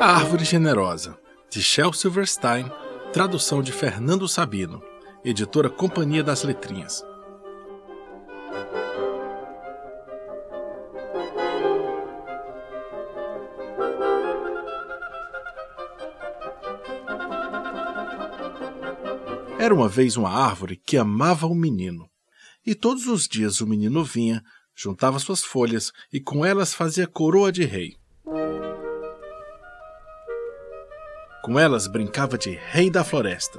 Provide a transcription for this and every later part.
A Árvore Generosa, de Shel Silverstein, tradução de Fernando Sabino, editora Companhia das Letrinhas. Era uma vez uma árvore que amava um menino. E todos os dias o menino vinha, juntava suas folhas e com elas fazia coroa de rei. Com elas brincava de rei da floresta.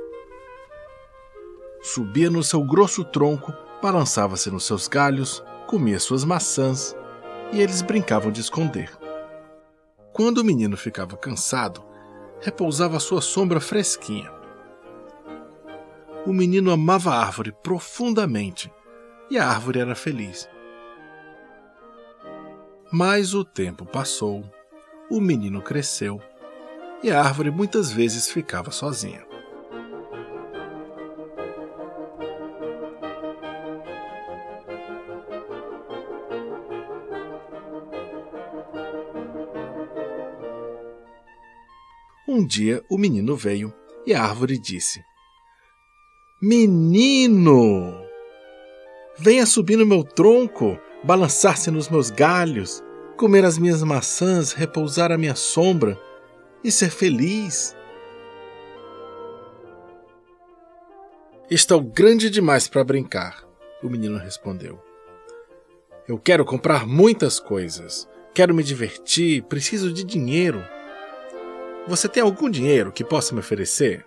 Subia no seu grosso tronco, balançava-se nos seus galhos, comia suas maçãs e eles brincavam de esconder. Quando o menino ficava cansado, repousava à sua sombra fresquinha. O menino amava a árvore profundamente e a árvore era feliz. Mas o tempo passou, o menino cresceu e a árvore muitas vezes ficava sozinha. Um dia o menino veio e a árvore disse: "Menino, venha subir no meu tronco, balançar-se nos meus galhos, comer as minhas maçãs, repousar à minha sombra e ser feliz." "Estou grande demais para brincar", o menino respondeu. "Eu quero comprar muitas coisas, quero me divertir, preciso de dinheiro. Você tem algum dinheiro que possa me oferecer?"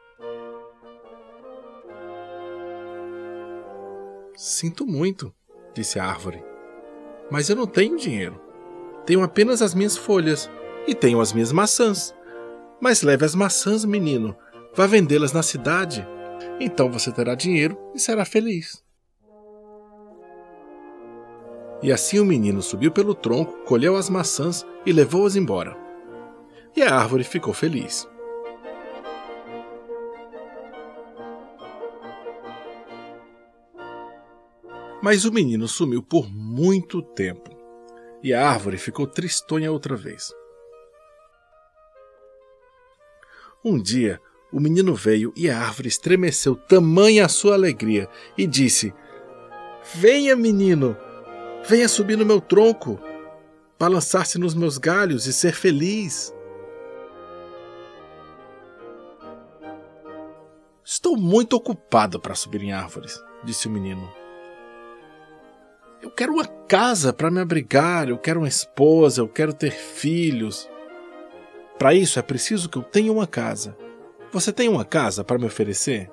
"Sinto muito", disse a árvore, "mas eu não tenho dinheiro. Tenho apenas as minhas folhas e tenho as minhas maçãs. Mas leve as maçãs, menino, vá vendê-las na cidade. Então você terá dinheiro e será feliz." E assim o menino subiu pelo tronco, colheu as maçãs e levou-as embora. E a árvore ficou feliz. Mas o menino sumiu por muito tempo, e a árvore ficou tristonha outra vez. Um dia, o menino veio e a árvore estremeceu, tamanha a sua alegria, e disse: "Venha, menino, venha subir no meu tronco, balançar-se nos meus galhos e ser feliz." "Estou muito ocupado para subir em árvores", disse o menino. "Eu quero uma casa para me abrigar, eu quero uma esposa, eu quero ter filhos. Para isso é preciso que eu tenha uma casa. Você tem uma casa para me oferecer?"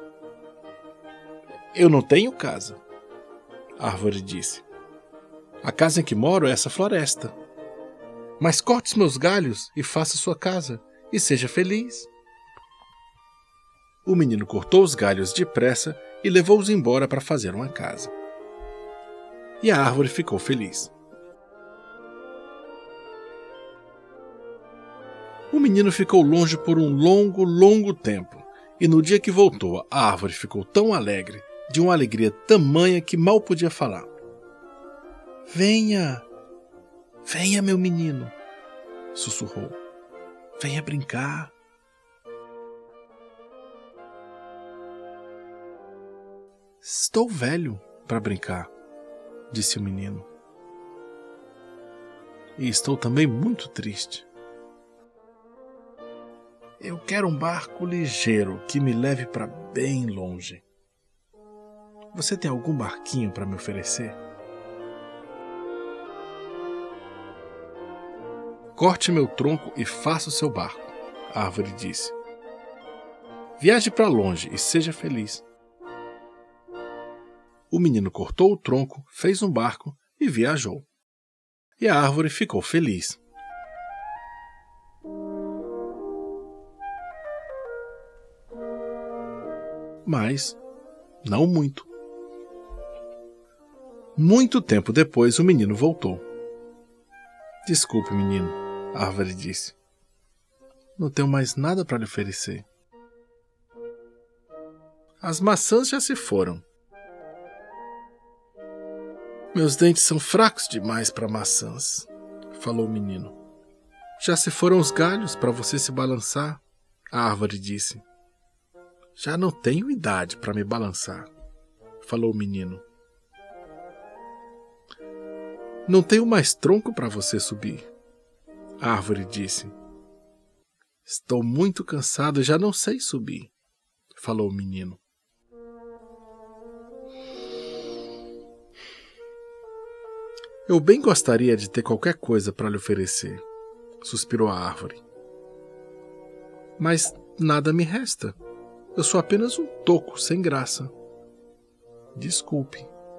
"Eu não tenho casa", a árvore disse. "A casa em que moro é essa floresta. Mas corte os meus galhos e faça sua casa, e seja feliz." O menino cortou os galhos depressa e levou-os embora para fazer uma casa. E a árvore ficou feliz. O menino ficou longe por um longo, longo tempo, e no dia que voltou, a árvore ficou tão alegre, de uma alegria tamanha que mal podia falar. "Venha, venha, meu menino", sussurrou. "Venha brincar." "Estou velho para brincar", disse o menino. "E estou também muito triste. Eu quero um barco ligeiro que me leve para bem longe. Você tem algum barquinho para me oferecer?" "Corte meu tronco e faça o seu barco", a árvore disse. "Viaje para longe e seja feliz." O menino cortou o tronco, fez um barco e viajou. E a árvore ficou feliz. Mas não muito. Muito tempo depois, o menino voltou. "Desculpe, menino", a árvore disse. "Não tenho mais nada para lhe oferecer. As maçãs já se foram. Meus dentes são fracos demais para maçãs", falou o menino. Já se foram os galhos para você se balançar, a árvore disse. Já não tenho idade para me balançar, falou o menino. Não tenho mais tronco para você subir, a árvore disse. Estou muito cansado e já não sei subir, falou o menino. Eu bem gostaria de ter qualquer coisa para lhe oferecer, suspirou a árvore. Mas nada me resta. Eu sou apenas um toco sem graça. Desculpe.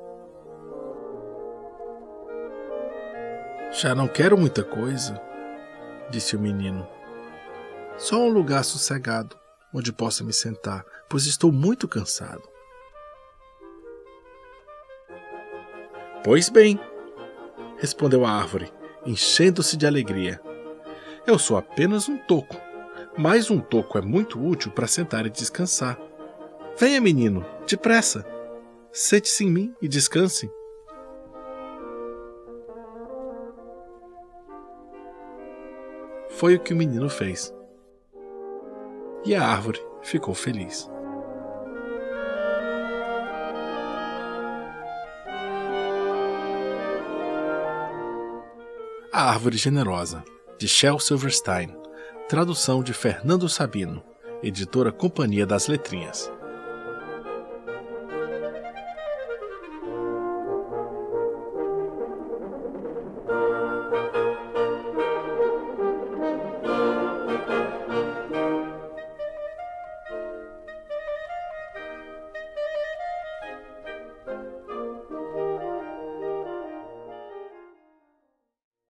Já não quero muita coisa, disse o menino. Só um lugar sossegado, onde possa me sentar, pois estou muito cansado. Pois bem, respondeu a árvore, enchendo-se de alegria. Eu sou apenas um toco, mas um toco é muito útil para sentar e descansar. Venha, menino, depressa. Sente-se em mim e descanse. Foi o que o menino fez. E a árvore ficou feliz. A Árvore Generosa, de Shel Silverstein, tradução de Fernando Sabino, editora Companhia das Letrinhas.